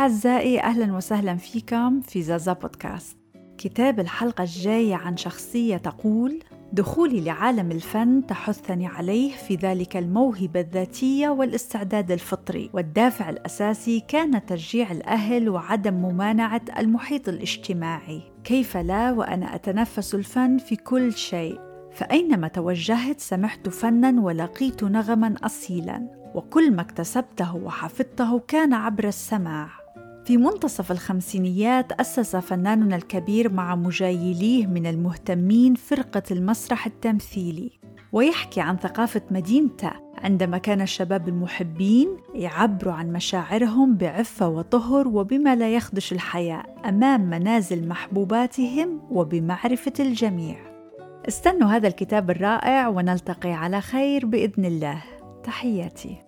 أعزائي، أهلاً وسهلاً فيكم في زازا بودكاست. كتاب الحلقة الجاية عن شخصية تقول: دخولي لعالم الفن تحثني عليه في ذلك الموهبة الذاتية والاستعداد الفطري، والدافع الأساسي كان تشجيع الأهل وعدم ممانعة المحيط الاجتماعي. كيف لا وأنا أتنفس الفن في كل شيء، فأينما توجهت سمعت فناً ولقيت نغماً أصيلاً، وكل ما اكتسبته وحفظته كان عبر السماع. في منتصف الخمسينيات أسس فناننا الكبير مع مجايليه من المهتمين فرقة المسرح التمثيلي، ويحكي عن ثقافة مدينته عندما كان الشباب المحبين يعبروا عن مشاعرهم بعفة وطهر وبما لا يخدش الحياء أمام منازل محبوباتهم وبمعرفة الجميع. استنوا هذا الكتاب الرائع ونلتقي على خير بإذن الله. تحياتي.